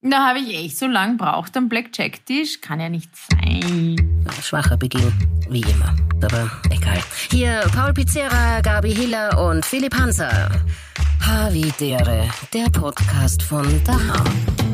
Da habe ich echt so lange gebraucht am Blackjack-Tisch. Kann ja nicht sein. Schwacher Beginn, wie immer. Aber egal. Hier Paul Pizzera, Gabi Hiller und Philipp Hanser. Havidere, der Podcast von daheim.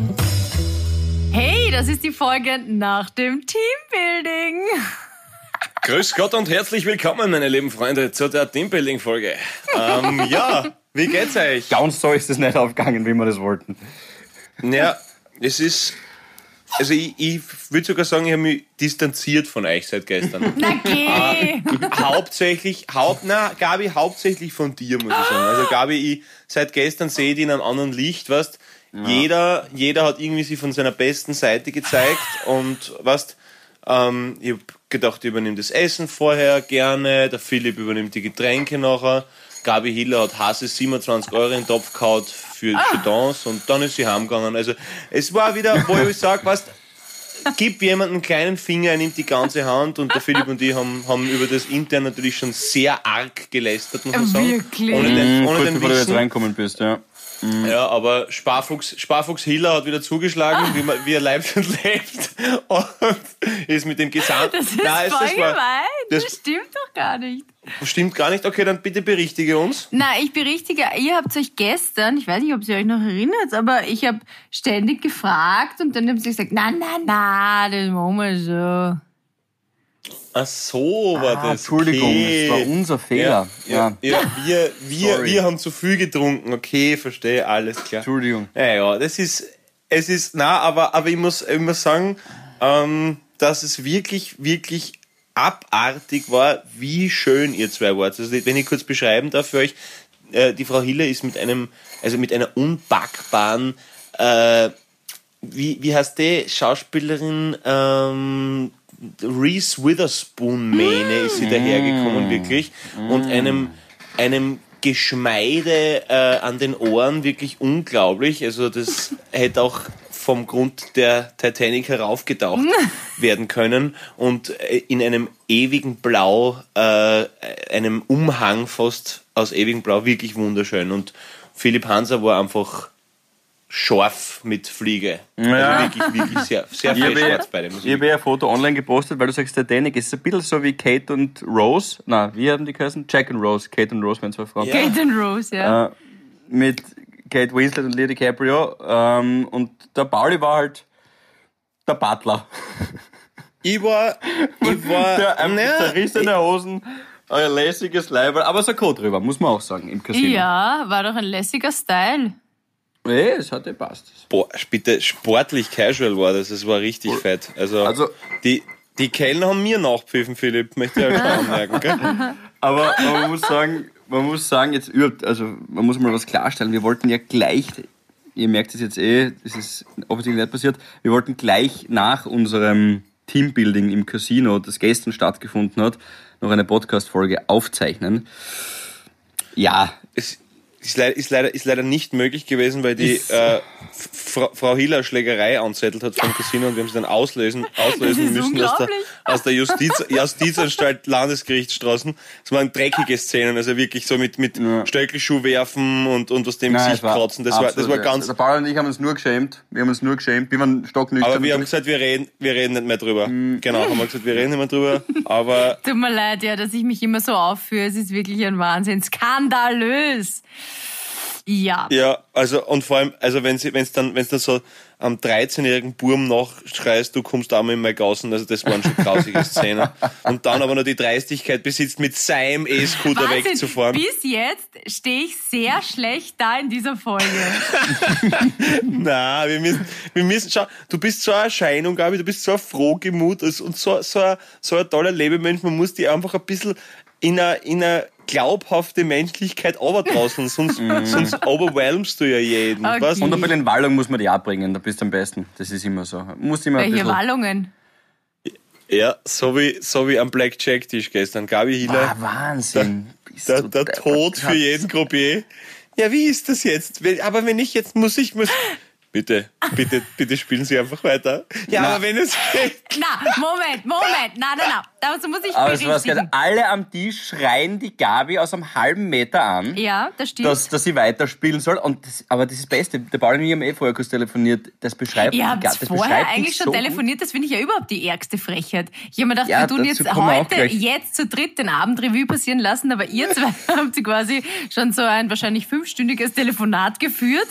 Hey, das ist die Folge nach dem Teambuilding. Grüß Gott und herzlich willkommen, meine lieben Freunde, zu der Teambuilding-Folge. Wie geht's euch? Ganz so ist es nicht aufgegangen, wie wir das wollten. Ja, es ist... Also ich würde sogar sagen, ich habe mich distanziert von euch seit gestern. Na geh! Hauptsächlich von dir, muss ich sagen. Also Gabi, seit gestern sehe ich dich in einem anderen Licht, weißt. Ja. Jeder hat irgendwie sich von seiner besten Seite gezeigt und weißt, ich habe gedacht, ich übernehme das Essen vorher gerne, der Philipp übernimmt die Getränke nachher, Gabi Hiller hat Hase 27 € in den Topf gehauen für Chetons und dann ist sie heimgegangen. Also es war wieder, wo ich sage, weißt, gib jemandem einen kleinen Finger, er nimmt die ganze Hand und der Philipp und ich haben über das intern natürlich schon sehr arg gelästert, muss man sagen. Wirklich? Ohne den bevor du jetzt Wissen. reinkommen bist, ja. Ja, aber Sparfuchs Hiller hat wieder zugeschlagen, wie er lebt und lebt und ist mit dem Gesamt... Das ist voll gemein. Das stimmt doch gar nicht. Stimmt gar nicht? Okay, dann bitte berichtige uns. Na, ich berichtige, ihr habt euch gestern, ich weiß nicht, ob ihr euch noch erinnert, aber ich habe ständig gefragt und dann haben sie gesagt, na, das machen wir so. Ach so, war das. Entschuldigung, okay. das war unser Fehler. Ja, wir haben zu viel getrunken. Okay, verstehe, alles klar. Entschuldigung. Ja, es ist, aber ich muss sagen, dass es wirklich, wirklich abartig war, wie schön ihr zwei wart. Also, wenn ich kurz beschreiben darf für euch, die Frau Hiller ist mit einer unpackbaren, wie heißt die Schauspielerin, Reese Witherspoon-Mähne ist sie dahergekommen, wirklich. Und einem Geschmeide an den Ohren, wirklich unglaublich. Also das hätte auch vom Grund der Titanic heraufgetaucht werden können. Und in einem ewigen Blau, einem Umhang fast aus ewigem Blau, wirklich wunderschön. Und Philipp Hanser war einfach scharf mit Fliege. Ja. Also wirklich sehr, sehr viel schwarz bei dem. Ich habe ja ein Foto online gepostet, weil du sagst, Titanic ist ein bisschen so wie Kate und Rose. Na, wie haben die geheißen? Jack und Rose. Kate und Rose waren zwei Frauen. Ja. Kate and Rose, ja. Mit Kate Winslet und Leo DiCaprio. Und der Pauli war halt der Butler. Ich war Der zerrissene Hosen, euer lässiges Leiberl, aber Sakko drüber, muss man auch sagen, im Casino. Ja, war doch ein lässiger Style. Nee, es hat gepasst. Boah, bitte, sportlich casual war das. Es war richtig fett. Also die Kellner haben mir nachgepfiffen, Philipp. Möchte ich auch schon anmerken, gell? Aber man muss sagen, jetzt überhaupt, also man muss mal was klarstellen. Wir wollten ja gleich, ihr merkt es jetzt das ist offensichtlich nicht passiert, wir wollten gleich nach unserem Teambuilding im Casino, das gestern stattgefunden hat, noch eine Podcast-Folge aufzeichnen. Ja. Ist leider nicht möglich gewesen, weil die Frau Hiller Schlägerei anzettelt hat vom Casino und wir haben sie dann auslösen müssen aus der Justizanstalt Landesgerichtsstraßen. Es waren dreckige Szenen, also wirklich so mit Stöckelschuh werfen und was dem Gesicht kratzen. Das war ganz... Der Paul und ich haben uns nur geschämt. Wir waren stocknüchtern. Aber wir haben gesagt, wir reden nicht mehr drüber. Genau, haben wir gesagt, wir reden nicht mehr drüber. Aber... Tut mir leid, ja, dass ich mich immer so aufführe. Es ist wirklich ein Wahnsinn. Skandalös. Ja. Ja, also und vor allem, also wenn's dann so am 13-jährigen Burm nachschreist, du kommst einmal in Maigausen, also das waren schon grausige Szenen. Und dann aber noch die Dreistigkeit besitzt, mit seinem E-Scooter wegzufahren. Bis jetzt stehe ich sehr schlecht da in dieser Folge. Na, wir müssen schau, du bist so eine Erscheinung, Gabi, du bist so ein Frohgemut und so ein toller Lebemensch, man muss die einfach ein bisschen in einer glaubhafte Menschlichkeit draußen, sonst overwhelmst du ja jeden. Okay. Was? Und bei den Wallungen muss man die abbringen, da bist du am besten. Das ist immer so. Muss immer Welche Wallungen? Ja, so wie am Blackjack-Tisch gestern. Gabi Hiller. Wahnsinn. Der Tod für jeden Croupier. Ja, wie ist das jetzt? Aber wenn ich jetzt muss Bitte spielen Sie einfach weiter. Ja, aber wenn es... Moment. Nein. Dazu muss ich Aber es war's berichtigen. gerade. Alle am Tisch schreien die Gabi aus einem halben Meter an, Ja, das stimmt. dass sie weiterspielen soll. Aber das ist das Beste. Der Paul und ich haben vorher kurz telefoniert. Das beschreibt Ihr habt das vorher beschreibt eigentlich dich schon so telefoniert, das finde ich ja überhaupt die ärgste Frechheit. Ich habe mir gedacht, Ja, wir tun dazu jetzt kommen wir auch heute, gleich. jetzt zu dritt den Abend Revue passieren lassen, aber ihr zwei habt quasi schon so ein wahrscheinlich 5-stündiges Telefonat geführt,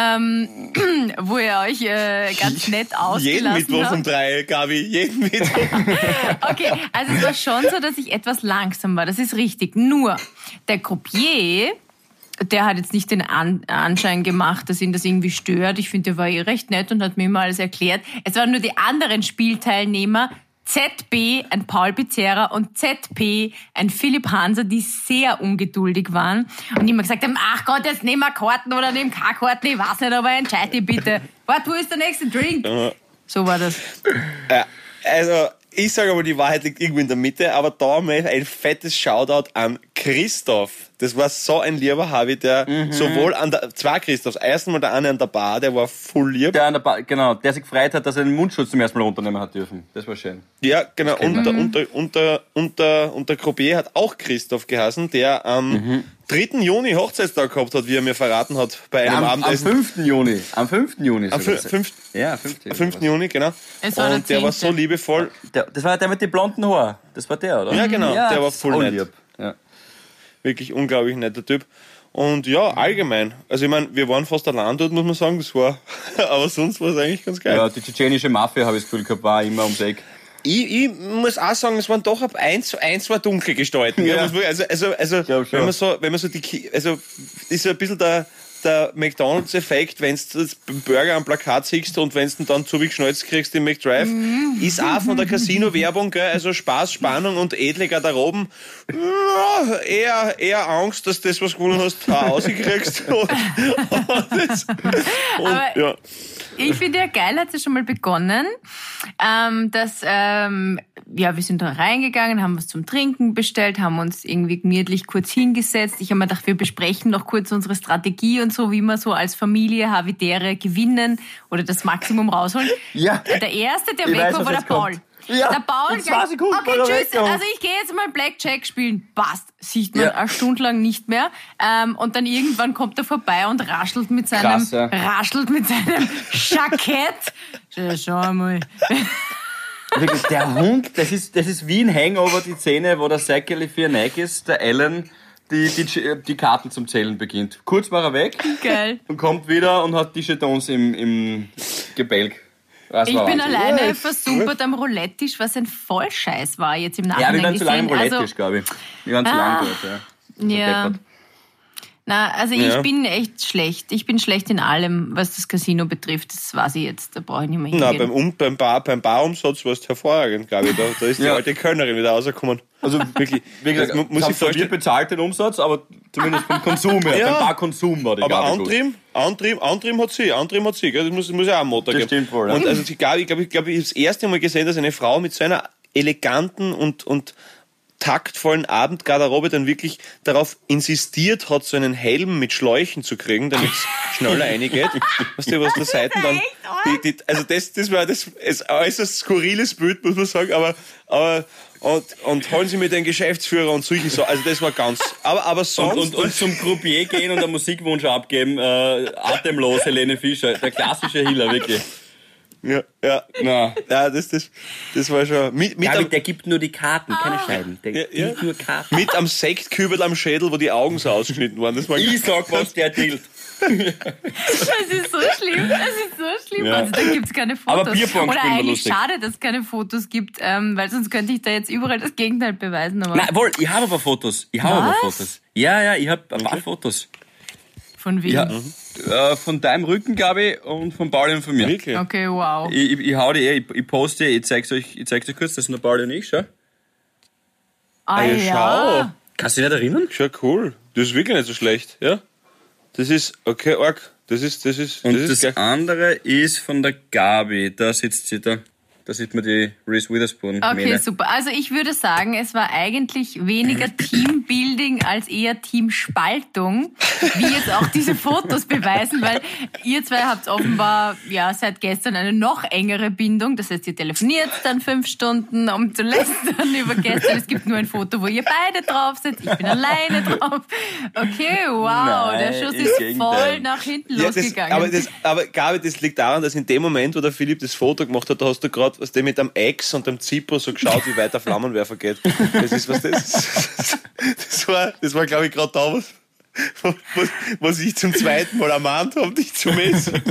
wo ihr euch ganz nett Jeden ausgelassen Mittwoch habt. um 3, Gabi, jeden Mittwoch. Okay, also es war schon so, dass ich etwas langsam war, das ist richtig. Nur, der Croupier, der hat jetzt nicht den Anschein gemacht, dass ihn das irgendwie stört. Ich finde, der war recht nett und hat mir immer alles erklärt. Es waren nur die anderen Spielteilnehmer, ZB, ein Paul Pizzerra und ZP, ein Philipp Hanser, die sehr ungeduldig waren und immer gesagt haben, ach Gott, jetzt nehmen wir Karten oder nehmen keine Karten, ich weiß nicht, aber entscheid dich bitte. Warte, wo ist der nächste Drink? So war das. Also, ich sage aber, die Wahrheit liegt irgendwo in der Mitte, aber da mal ein fettes Shoutout an Christoph. Das war so ein lieber Harvey, der sowohl an der, zwei Christophs, erstmal der eine an der Bar, der war voll lieb. Der an der genau, der sich gefreut hat, dass er den Mundschutz zum ersten Mal runternehmen hat dürfen. Das war schön. Ja, genau. Und der Croupier hat auch Christoph geheißen, der am 3. Juni Hochzeitstag gehabt hat, wie er mir verraten hat, bei einem Am Abendessen. 5. Juni. Am 5. Juni. Am sogar. 5. Ja, 5. 5. Juni, genau. Es war Und der war 10.. so liebevoll. Das war der mit den blonden Haaren. Das war der, oder? Ja, genau. Der war voll so nett. lieb. Ja. Wirklich unglaublich netter Typ. Und ja, allgemein. Also ich meine, wir waren fast allein dort, muss man sagen. Das war, aber sonst war es eigentlich ganz geil. Ja, die tschetschenische Mafia, habe ich das Gefühl gehabt, war immer ums Eck. Ich muss auch sagen, es waren doch ab 1 war dunkle Gestalten. Ja. Also glaub schon. wenn man so ist so ein bisschen der McDonalds-Effekt, wenn du das Burger am Plakat siehst und wenn du dann zugeschnalzt kriegst im McDrive, ist auch von der Casino-Werbung, gell, also Spaß, Spannung und edle Garderoben, ja, eher Angst, dass das, was du gewonnen hast, auch rauskriegst. Aber ich finde ja geil, hat es schon mal begonnen, dass, wir sind da reingegangen, haben was zum Trinken bestellt, haben uns irgendwie gemütlich kurz hingesetzt. Ich habe mir gedacht, wir besprechen noch kurz unsere Strategie und so, wie wir so als Familie Havidere gewinnen oder das Maximum rausholen. Ja. Und der Erste, der Ich weg weiß, war, was war der jetzt kommt. Paul. Ja, Der Paul in 2 Sekunden okay, war er tschüss, weg, also ich gehe jetzt mal Blackjack spielen. Passt, sieht man Ja. eine Stunde lang nicht mehr. Und dann irgendwann kommt er vorbei und raschelt mit seinem, Krass, ja. Jackett. Schau mal. Wirklich, der Hund, das ist wie ein Hangover, die Szene, wo der Zach Galifianakis, der Alan, die Karten zum Zählen beginnt. Kurz war er weg Geil. und kommt wieder und hat die Jetons im Gebälk. Das Ich war bin Wahnsinn. alleine versumpert am Roulette-Tisch, was ein Vollscheiß war jetzt im Ja, Nachhinein wir waren zu lange im gesehen. Roulette-Tisch, glaube ich. Wir waren zu lange dort, ja. Ja. deppert. Na, also Ja. ich bin echt schlecht. Ich bin schlecht in allem, was das Casino betrifft. Das weiß ich jetzt. Da brauche ich nicht mehr Na, hingehen. beim Barumsatz war es hervorragend, glaube ich. Da ist die Ja. alte Kölnerin wieder rausgekommen. Also Wirklich, wie gesagt, das muss ich vorstellen. bezahlt den Umsatz, aber zumindest vom Konsum her. Ja. Beim Barkonsum war die Aber Gabi gut. Antrim hat sie, gell? Das muss ja auch ein Motto Das geben. stimmt wohl, ja. Und also ich glaube, ich habe das erste Mal gesehen, dass eine Frau mit so einer eleganten und taktvollen Abendgarderobe dann wirklich darauf insistiert hat, so einen Helm mit Schläuchen zu kriegen, damit es schneller reingeht. Weißt du, was der Seiten dann... Also das war das ist äußerst skurriles Bild, muss man sagen, aber und holen Sie mir den Geschäftsführer und solche so. Also das war ganz... Aber sonst... Und zum Croupier gehen und einen Musikwunsch abgeben, atemlos Helene Fischer, der klassische Hiller, wirklich. Ja. Na. Ja, das war schon... Mit Gabi, am, der gibt nur die Karten, keine Scheiben. Der gibt nur Karten. mit am Sektkübel am Schädel, wo die Augen so ausgeschnitten waren. Das war Ich sag, was der dealt. Das ist so schlimm. Ja. Also da gibt es keine Fotos. Aber Bierpong Oder spielen wir eigentlich lustig. schade, dass es keine Fotos gibt, weil sonst könnte ich da jetzt überall das Gegenteil beweisen. Aber Nein, wohl, ich habe aber Fotos. Ja, ich habe ein paar Fotos. von wem? Ja, von deinem Rücken, glaube ich, und von Pauli und von mir. Wirklich? Okay, wow. Ich hau die ich poste, ich zeig's euch kurz, das sind der Pauli und ich, schau. Ah ja, ja. Kannst du dich nicht erinnern? Schon cool. Das ist wirklich nicht so schlecht, ja? Das ist, okay, arg. Das ist Und das das geil. andere ist von der Gabi, da sitzt sie da. Da sieht man die Reese Witherspoon. Okay, super. Also ich würde sagen, es war eigentlich weniger Teambuilding als eher Teamspaltung, wie jetzt auch diese Fotos beweisen, weil ihr zwei habt offenbar seit gestern eine noch engere Bindung. Das heißt, ihr telefoniert dann 5 Stunden, um zu lästern über gestern. Es gibt nur ein Foto, wo ihr beide drauf seid. Ich bin alleine drauf. Okay, wow, der Schuss ist voll nach hinten losgegangen. Aber Gabi, das liegt daran, dass in dem Moment, wo der Philipp das Foto gemacht hat, da hast du gerade was der mit einem Ex und einem Zippo so geschaut, wie weit der Flammenwerfer geht. Das ist was das war glaube ich gerade da was ich zum zweiten Mal ermahnt habe, dich zu messen.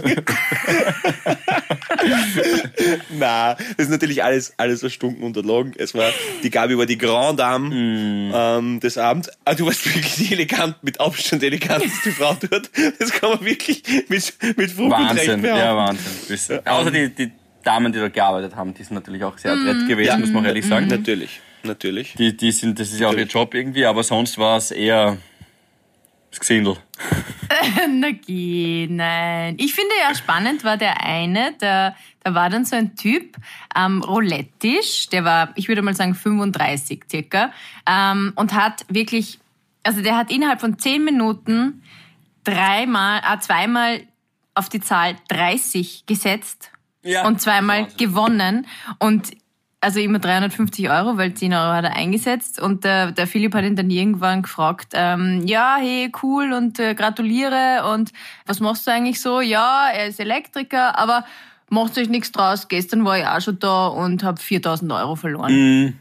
Nein, das ist natürlich alles erstunken unterlagen. Die Gabi war die Grand Dame des Abends. Ah, du warst wirklich mit Abstand eleganteste Frau dort. Das kann man wirklich mit Fug und Recht behaupten. Ja, Wahnsinn. Außer die Damen, die da gearbeitet haben, die sind natürlich auch sehr adrett gewesen, muss man ehrlich sagen. Natürlich. Das ist ja auch ihr Job irgendwie, aber sonst war es eher das Gesindel. Nein. Ich finde ja spannend war der eine, da war dann so ein Typ am Roulette-Tisch, der war, ich würde mal sagen 35 circa, und hat wirklich, also der hat innerhalb von 10 Minuten zweimal auf die Zahl 30 gesetzt. Ja. Und zweimal gewonnen und also immer 350 €, weil 10 € hat er eingesetzt und der Philipp hat ihn dann irgendwann gefragt, hey, cool und gratuliere und was machst du eigentlich so? Ja, er ist Elektriker, aber macht euch nichts draus, gestern war ich auch schon da und habe 4.000 € verloren.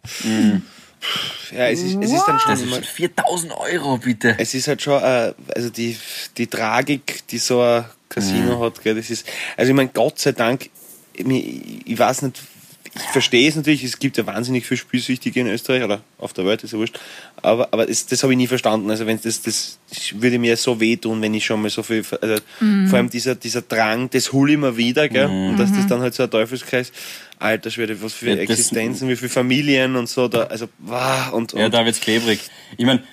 Ja, es ist dann schon... Das ist 4.000 €, bitte. Es ist halt schon, also die Tragik, die so ein Casino hat, gell, das ist, also ich meine, Gott sei Dank, ich weiß nicht, ich verstehe es natürlich, es gibt ja wahnsinnig viele Spielsüchtige in Österreich oder auf der Welt, ist ja wurscht, aber das habe ich nie verstanden, also wenn das würde mir so wehtun, wenn ich schon mal so viel, also vor allem dieser Drang, das hol ich mir wieder, gell, und dass das dann halt so ein Teufelskreis, alter Schwede, was für Existenzen, wie viele Familien und so, da, also, und. Ja, da wird's klebrig. Ich meine,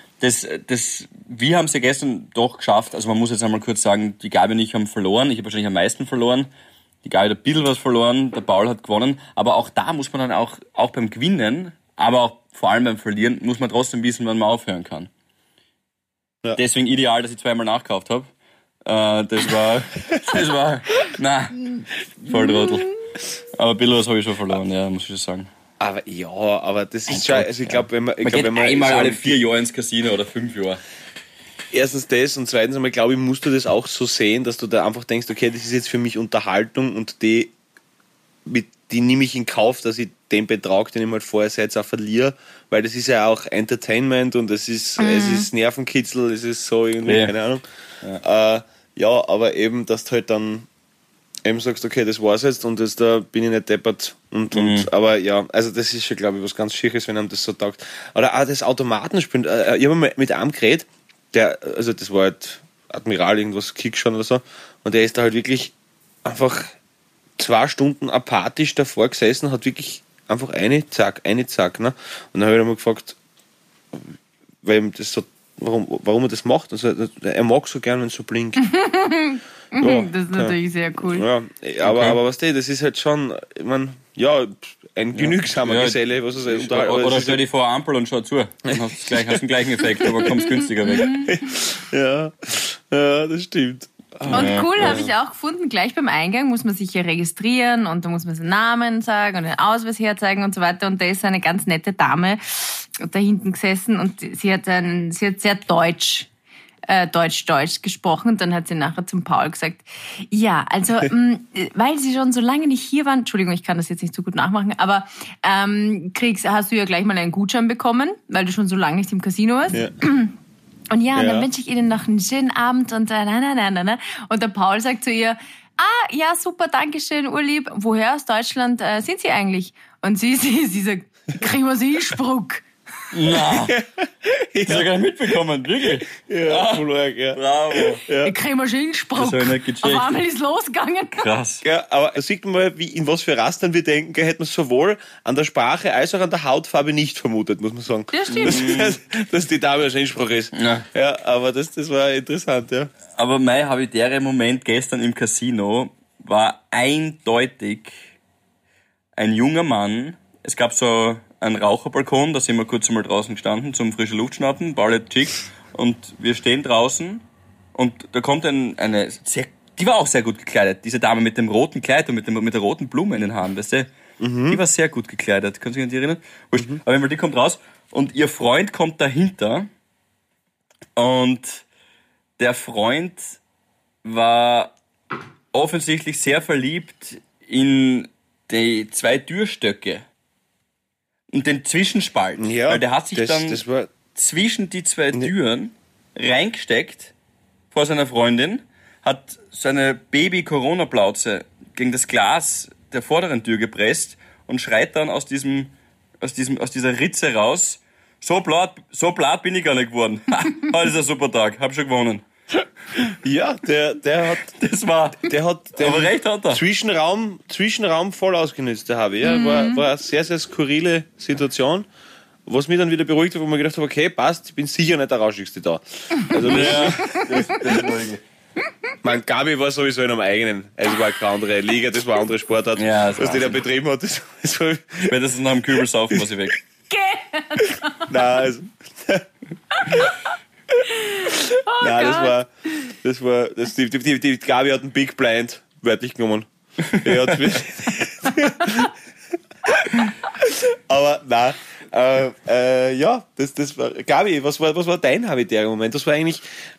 wir haben es ja gestern doch geschafft, also man muss jetzt einmal kurz sagen, die Gabi und ich haben verloren, ich habe wahrscheinlich am meisten verloren, die Gabi hat ein bisschen was verloren, der Paul hat gewonnen, aber auch da muss man dann auch beim Gewinnen, aber auch vor allem beim Verlieren, muss man trotzdem wissen, wann man aufhören kann. Ja. Deswegen ideal, dass ich 2-mal nachgekauft habe. Das war, voll Trottel. Aber ein bisschen was habe ich schon verloren, ja, muss ich schon sagen. Aber das ist schon, also ich glaube, wenn man einmal so alle 4 Jahre ins Casino oder 5 Jahre. Erstens das und zweitens einmal, glaube ich, musst du das auch so sehen, dass du da einfach denkst, okay, das ist jetzt für mich Unterhaltung und die nehme ich in Kauf, dass ich den Betrag, den ich mal vorher jetzt auch verliere, weil das ist ja auch Entertainment und es ist Nervenkitzel, es ist so irgendwie, keine Ahnung. Ja. Aber eben, dass du halt dann eben sagst, okay, das war's jetzt und jetzt, da bin ich nicht deppert. Aber ja, also das ist schon, glaube ich, was ganz Schiches, wenn einem das so taugt. Oder auch das Automatenspielen. Ich habe mal mit einem geredet, also das war halt Admiral, irgendwas Kickschauen oder so, und der ist da halt wirklich einfach 2 Stunden apathisch davor gesessen, hat wirklich einfach eine Zack, ne? Und dann habe ich ihn mal gefragt, weil ihm das so, warum er das macht. Also, er mag so gern, wenn es so blinkt. Ja, das ist natürlich sehr cool. Ja, aber was das ist halt schon, ich meine, ein genügsamer Geselle, was er sagt. Oder stell dich vor Ampel und schau zu. Dann hast du den gleichen Effekt, aber kommst günstiger weg. Ja, das stimmt. Und cool habe ich auch gefunden, gleich beim Eingang muss man sich ja registrieren und da muss man seinen Namen sagen und den Ausweis herzeigen und so weiter. Und da ist eine ganz nette Dame da hinten gesessen und sie hat sehr Deutsch gesprochen und dann hat sie nachher zum Paul gesagt, ja, also weil sie schon so lange nicht hier waren, Entschuldigung, ich kann das jetzt nicht so gut nachmachen, aber hast du ja gleich mal einen Gutschein bekommen, weil du schon so lange nicht im Casino warst. Ja. Und dann wünsche ich Ihnen noch einen schönen Abend und Und der Paul sagt zu ihr, ja, super, danke schön, urlieb. Woher aus Deutschland sind Sie eigentlich? Und sie sagt, kriegen wir Sie Spruck. Ja. Das habe ich gar nicht mitbekommen, wirklich. Ja, voll arg, ja. Bravo. Ja. Ich kriege mal schön Spruch. Das habe ich nicht gecheckt. Auf einmal ist losgegangen. Krass. Ja, aber da sieht man mal, in was für Rastern wir denken, hätte man sowohl an der Sprache als auch an der Hautfarbe nicht vermutet, muss man sagen. Ja, stimmt. Dass die Dame ein Scheinspruch ist. Ja, aber das war interessant, ja. Aber mein habitäre Moment gestern im Casino war eindeutig ein junger Mann, es gab so einen Raucherbalkon, da sind wir kurz einmal draußen gestanden zum frische Luft schnappen, Paul Chick, und wir stehen draußen und da kommt eine sehr, die war auch sehr gut gekleidet, diese Dame mit dem roten Kleid und mit der roten Blume in den Haaren, weißt du? Die war sehr gut gekleidet, kannst du dich an die erinnern? Wurscht. Aber die kommt raus und ihr Freund kommt dahinter und der Freund war offensichtlich sehr verliebt in die 2 Türstöcke und den Zwischenspalt, Ja, weil der hat sich das war zwischen die 2 Türen reingesteckt vor seiner Freundin, hat seine Baby-Corona-Plauze gegen das Glas der vorderen Tür gepresst und schreit dann aus dieser Ritze raus: So blatt bin ich gar nicht geworden. Heute ist ein super Tag, hab schon gewonnen. Ja, der hat Aber recht hat er. Zwischenraum voll ausgenutzt, der Harvey. Ja. War eine sehr, sehr skurrile Situation, was mich dann wieder beruhigt hat, wo man gedacht habe, okay, passt, ich bin sicher nicht der Rauschigste da. Also das mein Gabi war sowieso in einem eigenen, also war keine andere Liga, das war eine andere Sportart, Ja, das was die da Wahnsinn. betrieben hat. Das war, Spätestens nach dem Kübelsaufen war sie weg. nein, also, nein, die Gabi hat einen Big Blind wörtlich genommen. Die hat aber nein, ja, das war, Gabi, was war dein habitärer Moment? Das war eigentlich,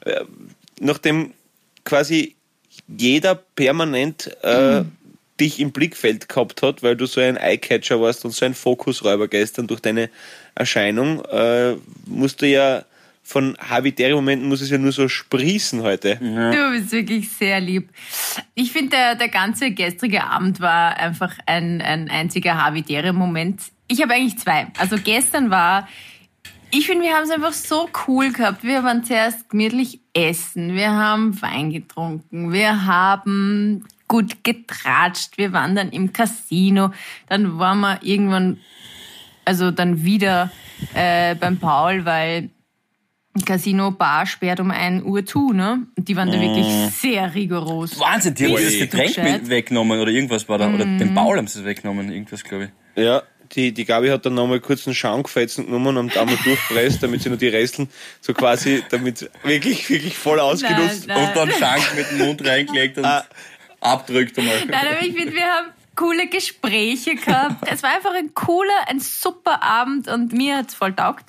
nachdem quasi jeder permanent dich im Blickfeld gehabt hat, weil du so ein Eyecatcher warst und so ein Fokusräuber gestern durch deine Erscheinung, musst du ja von habitären Momenten muss es ja nur so sprießen heute. Du bist wirklich sehr lieb. Ich finde, der ganze gestrige Abend war einfach ein einziger habitärer Moment. Ich habe eigentlich 2. Also gestern war, ich finde, wir haben es einfach so cool gehabt. Wir waren zuerst gemütlich essen, wir haben Wein getrunken, wir haben gut getratscht, wir waren dann im Casino, dann waren wir irgendwann, also dann wieder beim Paul, weil Casino Bar sperrt um 1 Uhr zu, ne? Und die waren da wirklich sehr rigoros. Wahnsinn, die haben das Richtig Getränk gescheit. weggenommen oder irgendwas war da. Oder den Paul haben sie es weggenommen, irgendwas, glaube ich. Ja, die Gabi hat dann nochmal kurz einen Schaumgefetzen genommen und einmal durchpresst, damit sie nur die Resteln so quasi, damit wirklich voll ausgenutzt. Nein. Und dann Schank mit dem Mund reingelegt und abdrückt einmal. Nein, aber ich finde, wir haben coole Gespräche gehabt. Es war einfach ein super Abend und mir hat's voll taugt.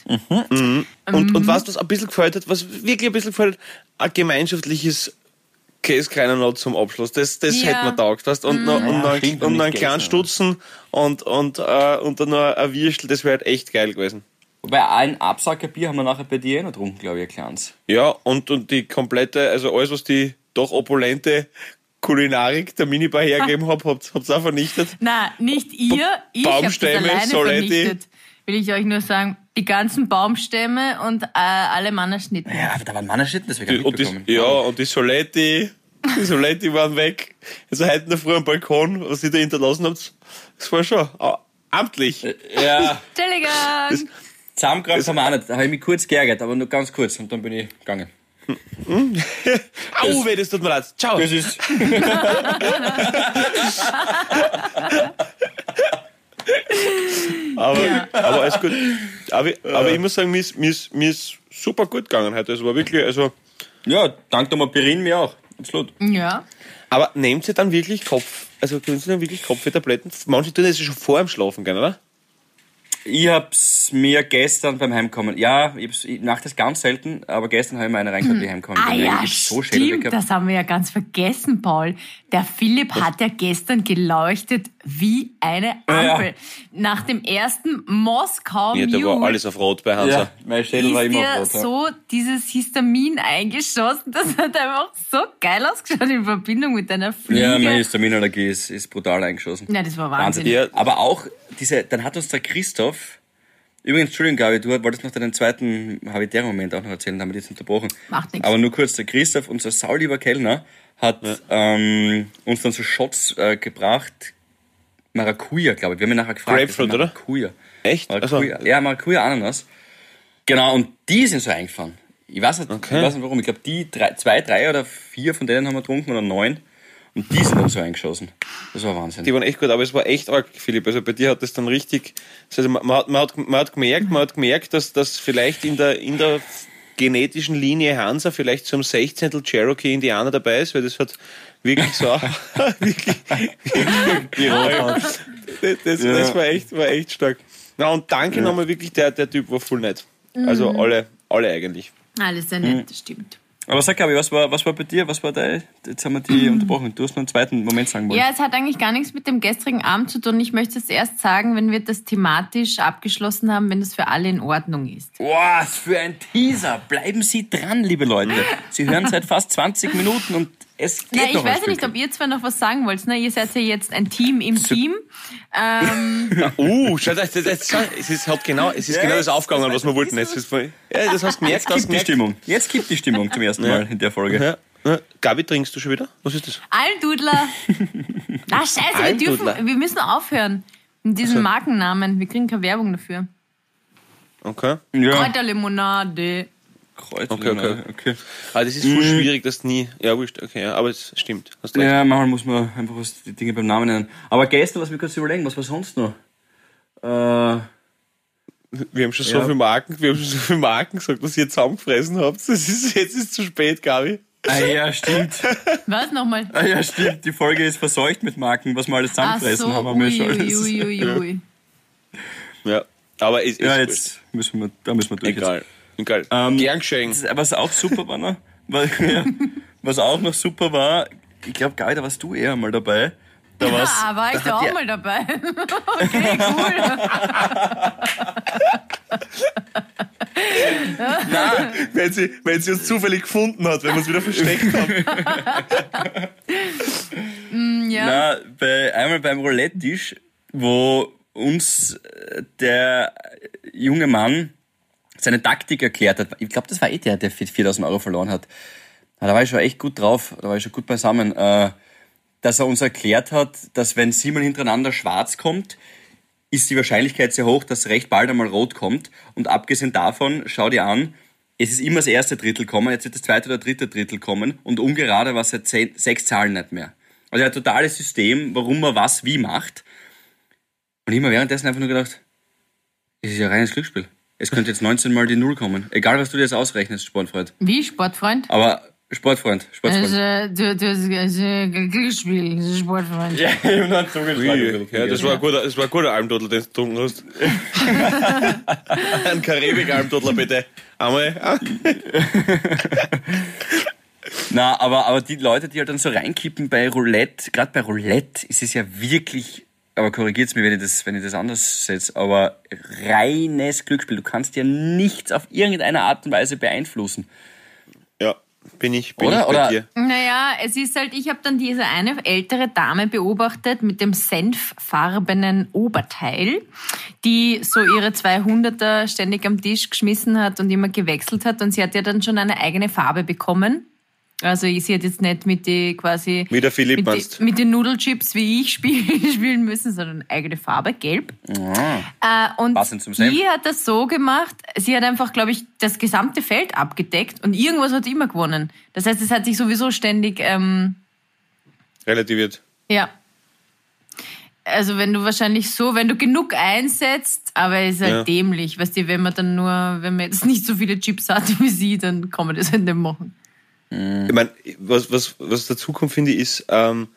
Und was ein bisschen gefällt hat, was wirklich ein bisschen gefällt hat, ein gemeinschaftliches Käsekreiner noch zum Abschluss. Das Ja. hätte mir taugt, weißt? Und noch stimmt, einen nicht kleinen Käse, Stutzen und dann noch ein Würstel, das wäre halt echt geil gewesen. Wobei ein Absacker Bier haben wir nachher bei dir noch getrunken, glaube ich, ein kleines. Ja, und die komplette, also alles, was die doch opulente Kulinarik der Minibar hergegeben habt's auch vernichtet. Nein, nicht ihr. Ich habe das Baumstämme, alleine Soletti. vernichtet. Will ich euch nur sagen, die ganzen Baumstämme und alle Mannerschnitten. Ja, aber da waren Mannerschnitten, deswegen habe ich Und mitbekommen. und die Soletti waren weg. Also heute noch früh am Balkon, was ihr da hinterlassen habt, das war schon amtlich. Ja, Entschuldigung. zusammengeräumt haben wir auch nicht. Da habe ich mich kurz geärgert, aber nur ganz kurz. Und dann bin ich gegangen. Au, weh, das tut mir leid. Ciao. Das ist... Aber alles gut. Aber ich muss sagen, mir ist super gut gegangen heute. Es war wirklich, also. Ja, dank der Mapirin mir auch. Absolut. Ja. Aber nehmt ihr dann wirklich können Sie dann wirklich Kopfwehtabletten? Manche tun das ja schon vor dem Schlafen gehen, oder? Ich hab's mir gestern beim Heimkommen, ich mache das ganz selten, aber gestern habe ich mir eine reingehabt, wie ich heimkommen bin. Ja, Ich hab so Schädel stimmt, gehabt. das haben wir ja ganz vergessen, Paul. Der Philipp hat ja gestern geleuchtet wie eine Ampel. Ja. Nach dem ersten Moskau Ja, da war Mule alles auf Rot bei Hansa. Ja, mein Schädel war ist immer dir auf Rot. Ja. so dieses Histamin eingeschossen. Das hat einfach so geil ausgeschaut in Verbindung mit deiner Fliege. Ja, meine Histaminallergie ist brutal eingeschossen. Ja, das war Wahnsinn. Ja, Aber auch dann hat uns der Christoph, übrigens, Entschuldigung, Gabi, du wolltest noch deinen zweiten habitären Moment auch noch erzählen, da haben wir jetzt unterbrochen. Macht nichts. Aber nur kurz, der Christoph, unser saulieber Kellner, hat uns dann so Shots gebracht, Maracuja, glaube ich. Wir haben ihn nachher gefragt. Grapefruit, das war oder? Maracuja. Echt? Maracuja. Ja, Maracuja Ananas. Genau, und die sind so eingefahren. Ich weiß nicht warum. Ich glaube, 2, 3 oder 4 von denen haben wir getrunken oder 9. Und die sind dann so eingeschossen. Das war Wahnsinn. Die waren echt gut, aber es war echt arg, Philipp. Also bei dir hat das dann richtig, also man hat gemerkt, dass vielleicht in der genetischen Linie Hansa vielleicht zum 16. Cherokee Indianer dabei ist, weil das hat wirklich so, wirklich das war echt stark. Na, und danke nochmal wirklich, der Typ war voll nett. Also alle eigentlich. Alles sehr nett, das stimmt. Aber sag, Gabi, was war bei dir? Was war dein? Jetzt haben wir die unterbrochen. Du hast noch einen zweiten Moment sagen wollen. Ja, es hat eigentlich gar nichts mit dem gestrigen Abend zu tun. Ich möchte es erst sagen, wenn wir das thematisch abgeschlossen haben, wenn das für alle in Ordnung ist. Was für ein Teaser. Bleiben Sie dran, liebe Leute. Sie hören seit fast 20 Minuten und es geht noch ich weiß ja nicht, ob ihr zwei noch was sagen wollt. Ne? Ihr seid ja jetzt ein Team im Team. Schau, es ist genau das aufgegangen, was wir wollten. Das hast du gemerkt. Jetzt kippt die Stimmung zum ersten Mal in der Folge. Ja. Gabi, trinkst du schon wieder? Was ist das? Almdudler. Scheiße, wir müssen aufhören mit diesem Markennamen. Wir kriegen keine Werbung dafür. Okay. Ja. Kräuterlimonade. Okay. Aber das ist voll schwierig, dass nie. Ja, wurscht, okay, ja, aber es stimmt. Hast recht. Ja, manchmal muss man einfach die Dinge beim Namen nennen. Aber gestern, was wir kurz überlegen, was war sonst noch? Wir haben schon so viele Marken gesagt, was ihr zusammengefressen habt. Jetzt ist es zu spät, Gabi. Ah ja, stimmt. Was nochmal? Ah ja, stimmt. Die Folge ist verseucht mit Marken, was wir alles zusammengefressen haben. Ui. Ja, aber jetzt müssen wir durch. Egal. Gern geschehen. Was auch super war noch, was auch noch super war, ich glaube, Gabi, da warst du eher mal dabei. War ich da auch mal dabei. Okay, cool. Nein, wenn sie uns zufällig gefunden hat, wenn wir uns wieder versteckt haben. Ja. Einmal beim Roulette-Tisch, wo uns der junge Mann seine Taktik erklärt hat. Ich glaube, das war der 4.000 Euro verloren hat. Da war ich schon echt gut drauf, da war ich schon gut beisammen. Dass er uns erklärt hat, dass wenn 7 hintereinander schwarz kommt, ist die Wahrscheinlichkeit sehr hoch, dass recht bald einmal rot kommt. Und abgesehen davon, schau dir an, es ist immer das erste Drittel kommen, jetzt wird das zweite oder dritte Drittel kommen und ungerade war es seit 6 Zahlen nicht mehr. Also er hat ein totales System, warum man was wie macht. Und ich habe mir währenddessen einfach nur gedacht, es ist ja reines Glücksspiel. Es könnte jetzt 19 Mal die Null kommen. Egal, was du dir jetzt ausrechnest, Sportfreund. Wie, Sportfreund? Aber Sportfreund. Du Glücksspiel, das ist Sportfreund. Ja, ich habe noch zugeschlagen. Ja, das war ein guter Almdudel, den du getrunken hast. Ein Karibik-Almdudler, bitte. Einmal. Na, aber die Leute, die halt dann so reinkippen bei Roulette, gerade bei Roulette ist es ja wirklich, aber korrigiert's mir, wenn ich das anders setze, aber reines Glücksspiel. Du kannst ja nichts auf irgendeine Art und Weise beeinflussen. Ja, bin ich bei dir. Naja, es ist halt, ich habe dann diese eine ältere Dame beobachtet mit dem senffarbenen Oberteil, die so ihre 200er ständig am Tisch geschmissen hat und immer gewechselt hat und sie hat ja dann schon eine eigene Farbe bekommen. Also sie hat jetzt nicht mit die quasi wie der Philipp mit den Nudelchips wie ich spielen müssen, sondern eigene Farbe, gelb. Und die hat das so gemacht, sie hat einfach, glaube ich, das gesamte Feld abgedeckt und irgendwas hat immer gewonnen. Das heißt, es hat sich sowieso ständig relativiert. Ja. Also wenn du genug einsetzt, aber es ist halt dämlich, weißt du, wenn man jetzt nicht so viele Chips hat wie sie, dann kann man das halt nicht machen. Ich meine, was dazu kommt, finde ich, ist, mir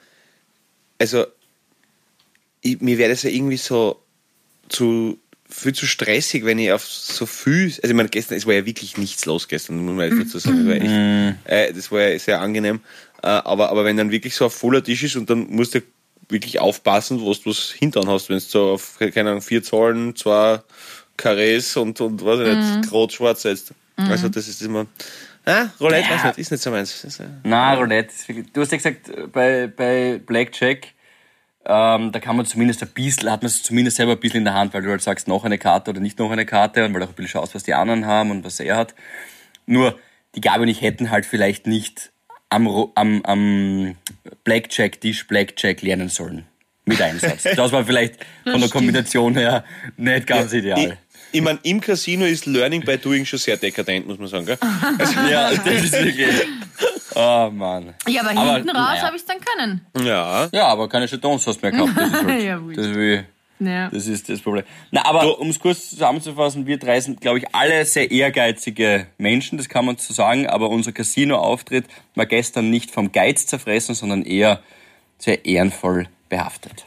wäre das ja irgendwie so viel zu stressig, wenn ich auf so viel, also ich meine, gestern, es war ja wirklich nichts los gestern, muss man dazu sagen, das war ja sehr angenehm, aber wenn dann wirklich so ein voller Tisch ist und dann musst du wirklich aufpassen, was du hintern hast, wenn du so auf, keine Ahnung, 4 Zahlen, 2 Karrees und was ich nicht, rot-schwarz setzt. Also das ist immer... Roulette, weiß nicht, ist nicht so meins. Nein, Roulette ist wirklich... Du hast ja gesagt, bei Blackjack, da kann man zumindest hat man es zumindest selber ein bisschen in der Hand, weil du halt sagst, noch eine Karte oder nicht noch eine Karte und weil du auch ein bisschen schaust, was die anderen haben und was er hat. Nur, die Gabi und ich hätten halt vielleicht nicht am Blackjack-Tisch Blackjack lernen sollen. Mit Einsatz. Das war vielleicht von der Kombination her nicht ganz ideal. Ich meine, im Casino ist Learning by Doing schon sehr dekadent, muss man sagen, gell? Ja, das ist wirklich... Oh Mann. Ja, aber hinten raus habe ich es dann können. Ja. Ja, aber keine Jetons hast du mehr gehabt. Das ist, halt, Ja, wurscht. das ist das Problem. Na, aber um es kurz zusammenzufassen, wir drei sind, glaube ich, alle sehr ehrgeizige Menschen, das kann man so sagen, aber unser Casino-Auftritt war gestern nicht vom Geiz zerfressen, sondern eher sehr ehrenvoll behaftet.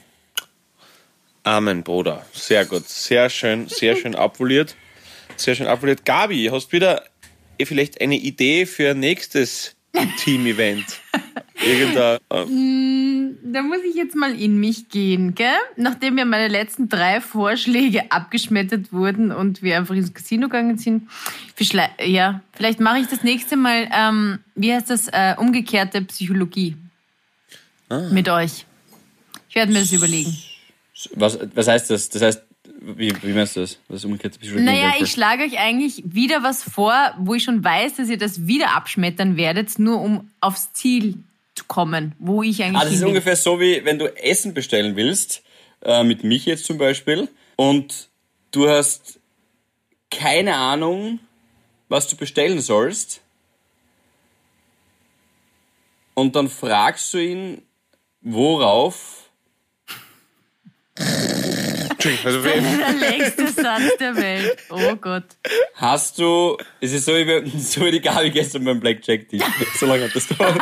Amen, Bruder. Sehr gut. Sehr schön abpoliert. Sehr schön abpoliert. Gabi, hast du wieder vielleicht eine Idee für ein nächstes Team-Event? Da muss ich jetzt mal in mich gehen, gell? Nachdem mir meine letzten 3 Vorschläge abgeschmettert wurden und wir einfach ins Casino gegangen sind. Vielleicht mache ich das nächste Mal, wie heißt das, umgekehrte Psychologie mit euch. Ich werde mir das überlegen. Was heißt das? Das heißt, wie meinst du das? Was ist umgekehrte Psychologie? Naja, ich schlage euch eigentlich wieder was vor, wo ich schon weiß, dass ihr das wieder abschmettern werdet, nur um aufs Ziel zu kommen, wo ich eigentlich das ist ungefähr so, wie wenn du Essen bestellen willst, mit mich jetzt zum Beispiel, und du hast keine Ahnung, was du bestellen sollst, und dann fragst du ihn, worauf... Das ist der längste Satz der Welt. Oh Gott. Es ist so wie die Gabi gestern beim Blackjack-Tisch. So lange hat das dauert.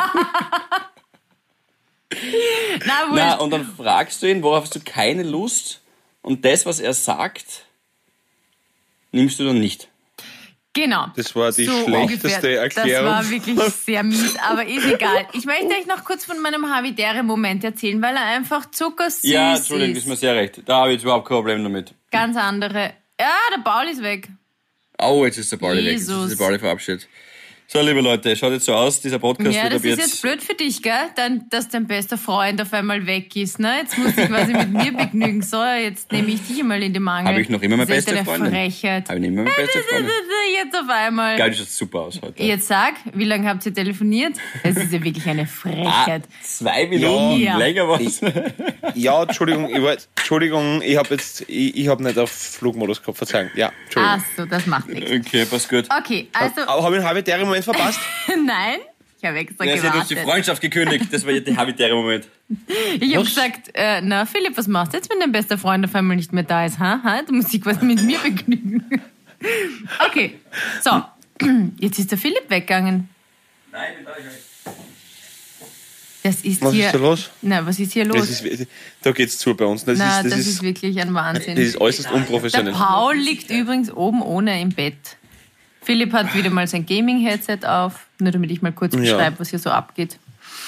Und dann fragst du ihn, worauf hast du keine Lust, und das, was er sagt, nimmst du dann nicht. Genau. Das war die so schlechteste ungefähr. Erklärung. Das war wirklich sehr mies, aber ist egal. Ich möchte euch noch kurz von meinem Havidere-Moment erzählen, weil er einfach zuckersüß ist. Ja, Entschuldigung, ist mir sehr recht. Da habe ich jetzt überhaupt kein Problem damit. Ganz andere. Ja, der Paul ist weg. Oh, jetzt ist der Pauli weg. Jetzt ist der Pauli verabschiedet. So, liebe Leute, schaut jetzt so aus, dieser Podcast Ja, wird das ab ist jetzt blöd für dich, gell? Dass dein bester Freund auf einmal weg ist, ne? Jetzt musst du quasi mit mir begnügen. So, jetzt nehme ich dich mal in die Mangel. Habe ich noch immer meine Das ist beste eine Freundin? Frechheit. Habe ich immer meine beste Freundin? Jetzt auf einmal. Geil, das sieht super aus heute. Jetzt sag, wie lange habt ihr telefoniert? Das ist ja wirklich eine Frechheit. 2 Minuten, Ja. länger was. Ja, Entschuldigung, ich habe nicht auf Flugmodus gehabt, Verzeihung. Ja, Entschuldigung. Ach so, das macht nichts. Okay, passt gut. Okay, also, Aber habe ich einen habitären Moment verpasst? nein, ich habe extra Sie hat uns die gewartet. Freundschaft gekündigt, das war der habitäre Moment. Ich habe gesagt, na Philipp, was machst du jetzt, wenn dein bester Freund auf einmal nicht mehr da ist? Du musst dich quasi mit mir begnügen. Okay, so, jetzt ist der Philipp weggegangen. Nein, bin da nicht. Das ist Was hier... ist da los? Na, was ist hier los? Da geht's zu bei uns. Das ist wirklich ein Wahnsinn. Das ist äußerst Der unprofessionell. Paul liegt übrigens oben ohne im Bett. Philipp hat wieder mal sein Gaming-Headset auf, nur damit ich mal kurz beschreibe, was hier so abgeht.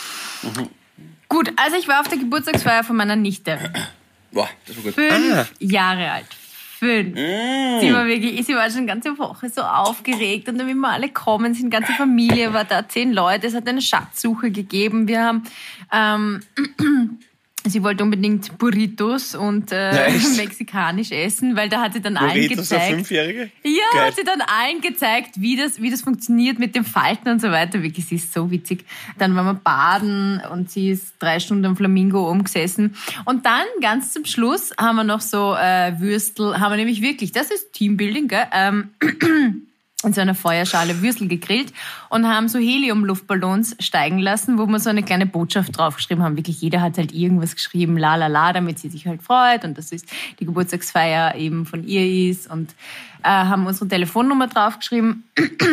Gut, also ich war auf der Geburtstagsfeier von meiner Nichte. Boah, das war gut. 5 Jahre alt. 5. Sie war schon die ganze Woche so aufgeregt und dann, wie wir alle kommen, die ganze Familie war da, 10 Leute, es hat eine Schatzsuche gegeben. Wir haben, sie wollte unbedingt Burritos und mexikanisch essen, weil da hat sie dann allen Burritos, eine gezeigt. 5-Jährige? Ja, Geil. hat sie dann allen gezeigt, wie das funktioniert mit dem Falten und so weiter. Wirklich, sie ist so witzig. Dann waren wir baden und sie ist 3 Stunden am Flamingo umgesessen. Und dann, ganz zum Schluss, haben wir noch so Würstel, haben wir nämlich wirklich, das ist Teambuilding, gell? In so einer Feuerschale Würstel gegrillt und haben so Helium-Luftballons steigen lassen, wo wir so eine kleine Botschaft draufgeschrieben haben. Wirklich jeder hat halt irgendwas geschrieben, la la la, damit sie sich halt freut und dass es die Geburtstagsfeier eben von ihr ist und haben unsere Telefonnummer draufgeschrieben,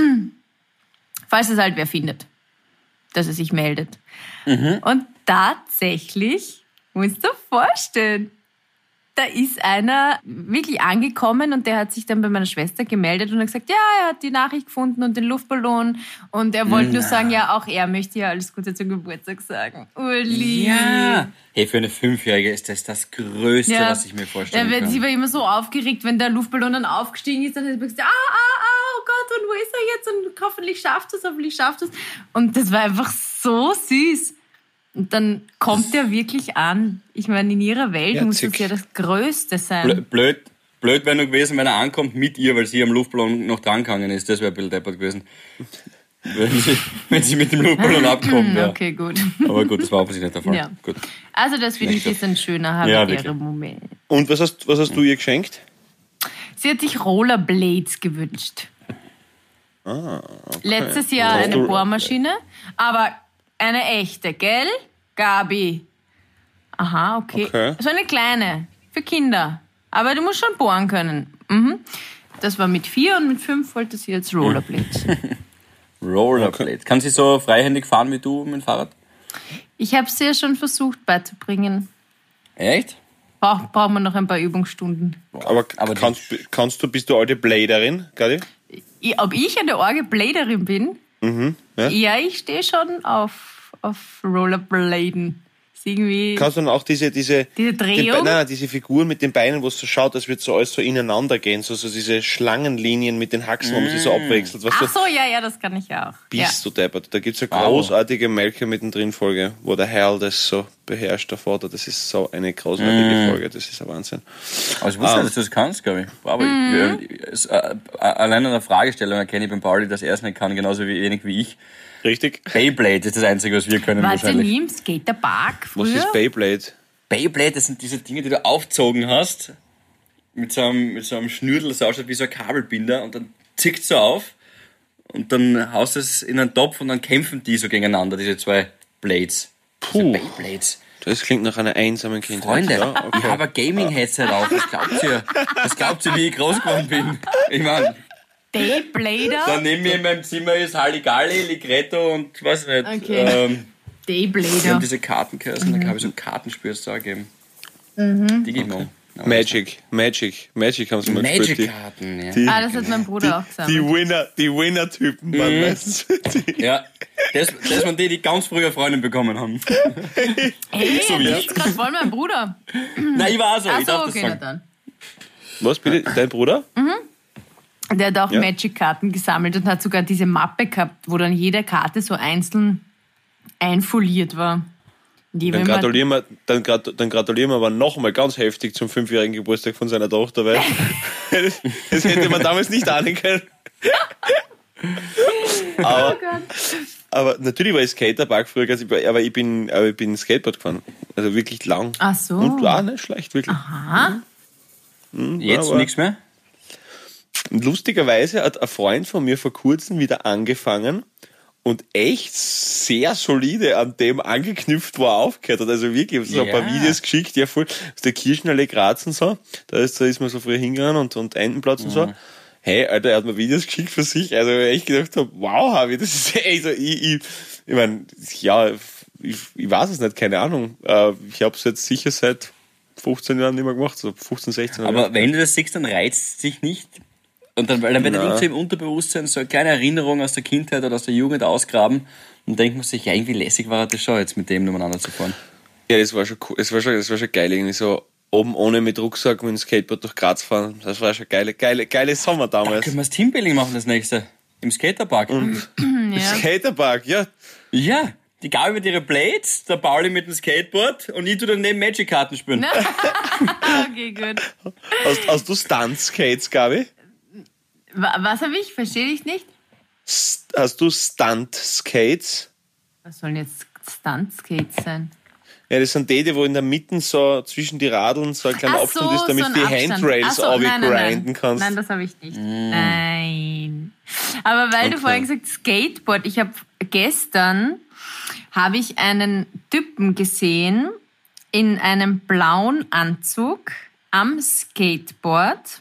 falls es halt wer findet, dass er sich meldet. Und tatsächlich, musst du dir vorstellen, da ist einer wirklich angekommen und der hat sich dann bei meiner Schwester gemeldet und hat gesagt, ja, er hat die Nachricht gefunden und den Luftballon und er wollte nur sagen, ja, auch er möchte ja alles Gute zum Geburtstag sagen. Urli. Ja. Hey, für eine 5-Jährige ist das Größte, was ich mir vorstellen kann. Sie war immer so aufgeregt, wenn der Luftballon dann aufgestiegen ist, dann hat sie gesagt, oh Gott, und wo ist er jetzt? Und hoffentlich schafft es. Und das war einfach so süß. Und dann kommt er wirklich an. Ich meine, in ihrer Welt muss das ja das Größte sein. Blöd wäre nur gewesen, wenn er ankommt mit ihr, weil sie am Luftballon noch drangegangen ist. Das wäre ein bisschen deppert gewesen. Wenn sie mit dem Luftballon abkommt. Ja. Okay, gut. Aber gut, das war offensichtlich nicht der Fall. Ja. Gut. Also das finde ich ist ein schöner Habitäre-Moment. Und was hast du ihr geschenkt? Sie hat sich Rollerblades gewünscht. Letztes Jahr eine Bohrmaschine, aber eine echte, gell, Gabi? Aha, okay. So eine kleine, für Kinder. Aber du musst schon bohren können. Mhm. Das war mit 4 und mit 5 wollte sie jetzt Rollerblades. Rollerblades. Kann sie so freihändig fahren wie du mit dem Fahrrad? Ich habe es ihr schon versucht beizubringen. Echt? Brauchen wir noch ein paar Übungsstunden. Aber bist du alte Bladerin, Gabi? Ob ich eine Orgelbladerin bin? Ja, ich stehe schon auf Rollerbladen. Irgendwie kannst du dann auch diese Drehung? diese Figuren mit den Beinen, wo es so schaut, als würde so alles so ineinander gehen, so diese Schlangenlinien mit den Haxen, wo man sie so abwechselt. Ach so, ja, das kann ich auch. Bist du deppert. Da gibt es eine großartige Malcolm mittendrin Folge, wo der Hal das so beherrscht, der Vater. Das ist so eine großartige Folge, das ist ein Wahnsinn. Aber ich wusste nicht, dass du das kannst, glaube ich. Aber allein an der Fragestellung erkenne ich beim Pauli, dass er es nicht kann, genauso wenig wie ich. Richtig. Beyblade ist das Einzige, was wir können. Warst du nie im Skaterpark früher? Was ist Beyblade? Beyblade, das sind diese Dinge, die du aufgezogen hast, mit so einem Schnürdel, das ausschaut wie so ein Kabelbinder, und dann zickt so auf und dann haust du es in einen Topf und dann kämpfen die so gegeneinander, diese zwei Blades. Puh. Diese Beyblades. Das klingt nach einer einsamen Kindheit. Freunde, ja, okay. Ich habe ein Gaming-Headset auf. Was glaubt ihr, wie ich groß geworden bin? Ich meine, Dayblader? dann neben mir in meinem Zimmer ist Halligalli, Ligretto und weiß nicht. Okay. Wir Dayblader. haben diese Kartenkästen, da habe ich so ein Kartenspiel da gegeben. Die geben wir. Magic haben sie mal gespielt. Magic-Karten, ja. Das hat mein Bruder auch gesagt. Die Winner-Typen waren meistens. Ja, das waren die ganz früher Freundin bekommen haben. Hey, So wie du ich. bist gerade voll mein Bruder. Nein, ich war auch so. Ach Ich so, darf okay, das na sagen. dann. Was, bitte? Dein Bruder? Der hat auch Ja. Magic-Karten gesammelt und hat sogar diese Mappe gehabt, wo dann jede Karte so einzeln einfoliert war. Die Dann will man- gratulieren wir aber nochmal ganz heftig zum 5-jährigen Geburtstag von seiner Tochter, weil das hätte man damals nicht ahnen können. Oh Gott. Aber natürlich war ich Skaterpark früher, aber ich bin Skateboard gefahren. Also wirklich lang. Ach so. Und war nicht schlecht, wirklich. Aha. Jetzt aber- nichts mehr? Und lustigerweise hat ein Freund von mir vor kurzem wieder angefangen und echt sehr solide an dem angeknüpft, wo er aufgehört hat. Also wirklich, ich habe so ein paar Ja. Videos geschickt, ja voll, aus der Kirchenallee Graz und so. Da ist man so früher hingegangen und Entenplatz und so. Hey, Alter, er hat mir Videos geschickt für sich. Also ich echt gedacht habe, wow, Harvey, das ist echt so, ich meine, ja, ich weiß es nicht, keine Ahnung. Ich habe es jetzt sicher seit 15 Jahren nicht mehr gemacht, so 15, 16 Jahre. Aber wenn du das siehst, dann reizt es dich nicht. Und dann, weil dann wird dann irgendwie im Unterbewusstsein so eine kleine Erinnerung aus der Kindheit oder aus der Jugend ausgraben und denkt man sich, ja, irgendwie lässig war das schon, jetzt mit dem nebeneinander zu fahren. Ja, das war schon cool. Das war schon geil, irgendwie so oben ohne mit Rucksack mit dem Skateboard durch Graz fahren. Das war schon geile Sommer damals. Können wir das Teambuilding machen, das nächste? Im Skaterpark. Skaterpark, ja. Ja, die Gabi mit ihren Blades, der Pauli mit dem Skateboard und ich tu daneben Magic-Karten spielen. Okay, gut. Hast du Stunt-Skates, Gabi? Was habe ich? Verstehe ich nicht. Hast du Stunt-Skates? Was sollen jetzt Stunt-Skates sein? Ja, das sind die, wo in der Mitte so zwischen die Radeln so ein kleiner Abstand ist, damit so ein die Abstand. Handrails Ach so, grinden kannst. Nein, das habe ich nicht. Nein. Aber weil du vorhin gesagt hast, Skateboard, gestern habe ich einen Typen gesehen in einem blauen Anzug am Skateboard.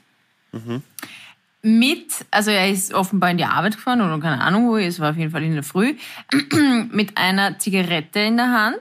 Also er ist offenbar in die Arbeit gefahren oder keine Ahnung wo, es war auf jeden Fall in der Früh, mit einer Zigarette in der Hand,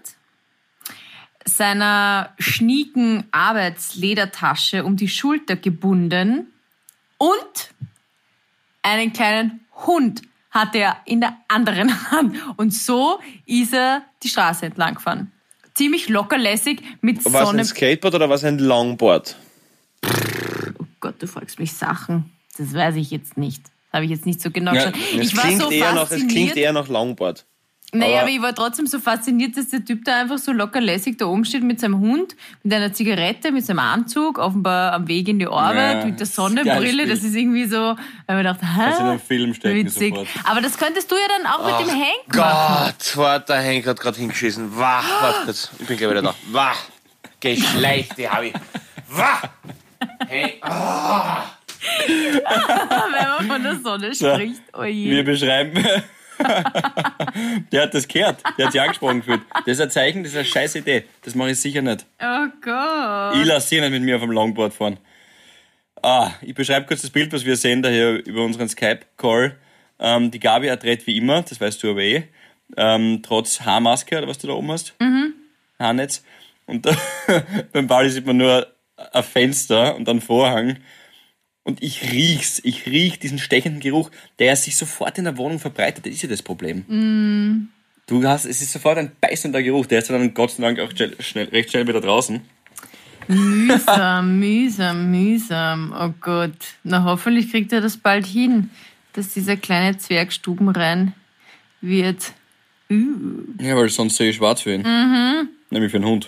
seiner schnieken Arbeitsledertasche um die Schulter gebunden und einen kleinen Hund hatte er in der anderen Hand. Und so ist er die Straße entlang gefahren. Ziemlich lockerlässig mit War es Sonne... ein Skateboard oder war es ein Longboard? Oh Gott, du fragst mich Sachen. Das weiß ich jetzt nicht. Das habe ich jetzt nicht so genau Ja, geschaut. Es Ich war so fasziniert. klingt eher nach Longboard. Naja, aber ich war trotzdem so fasziniert, dass der Typ da einfach so lockerlässig da oben steht mit seinem Hund, mit einer Zigarette, mit seinem Anzug, offenbar am Weg in die Arbeit, Ja, mit der geiles Sonnenbrille. Bild. Das ist irgendwie so, weil man dachte, Kannst du in einen Film stecken witzig. sofort. Aber das könntest du ja dann auch mit dem Hank machen. Gott, warte, der Henk hat gerade hingeschissen. Wach, warte kurz. Ich bin gleich wieder da. Wach. Geschleichte habe ich. Wach. Hey. Wenn man von der Sonne spricht. Oh je. Wir beschreiben. Der hat das gehört. Der hat sich angesprochen gefühlt. Das ist ein Zeichen, das ist eine scheiß Idee. Das mache ich sicher nicht. Oh Gott. Ich lasse sie nicht mit mir auf dem Longboard fahren. Ich beschreibe kurz das Bild, was wir sehen da hier über unseren Skype-Call. Die Gabi erträgt wie immer, das weißt du aber eh. Trotz Haarmaske oder was du da oben hast. Haarnetz. Und beim Pauli sieht man nur ein Fenster und einen Vorhang. Und ich riech diesen stechenden Geruch, der sich sofort in der Wohnung verbreitet. Das ist ja das Problem. Es ist sofort ein beißender Geruch, der ist dann Gott sei Dank auch recht schnell wieder draußen. Mühsam. Oh Gott. Na, hoffentlich kriegt er das bald hin, dass dieser kleine Zwerg stubenrein wird. Ja, weil sonst sehe ich schwarz für ihn. Nämlich für einen Hund.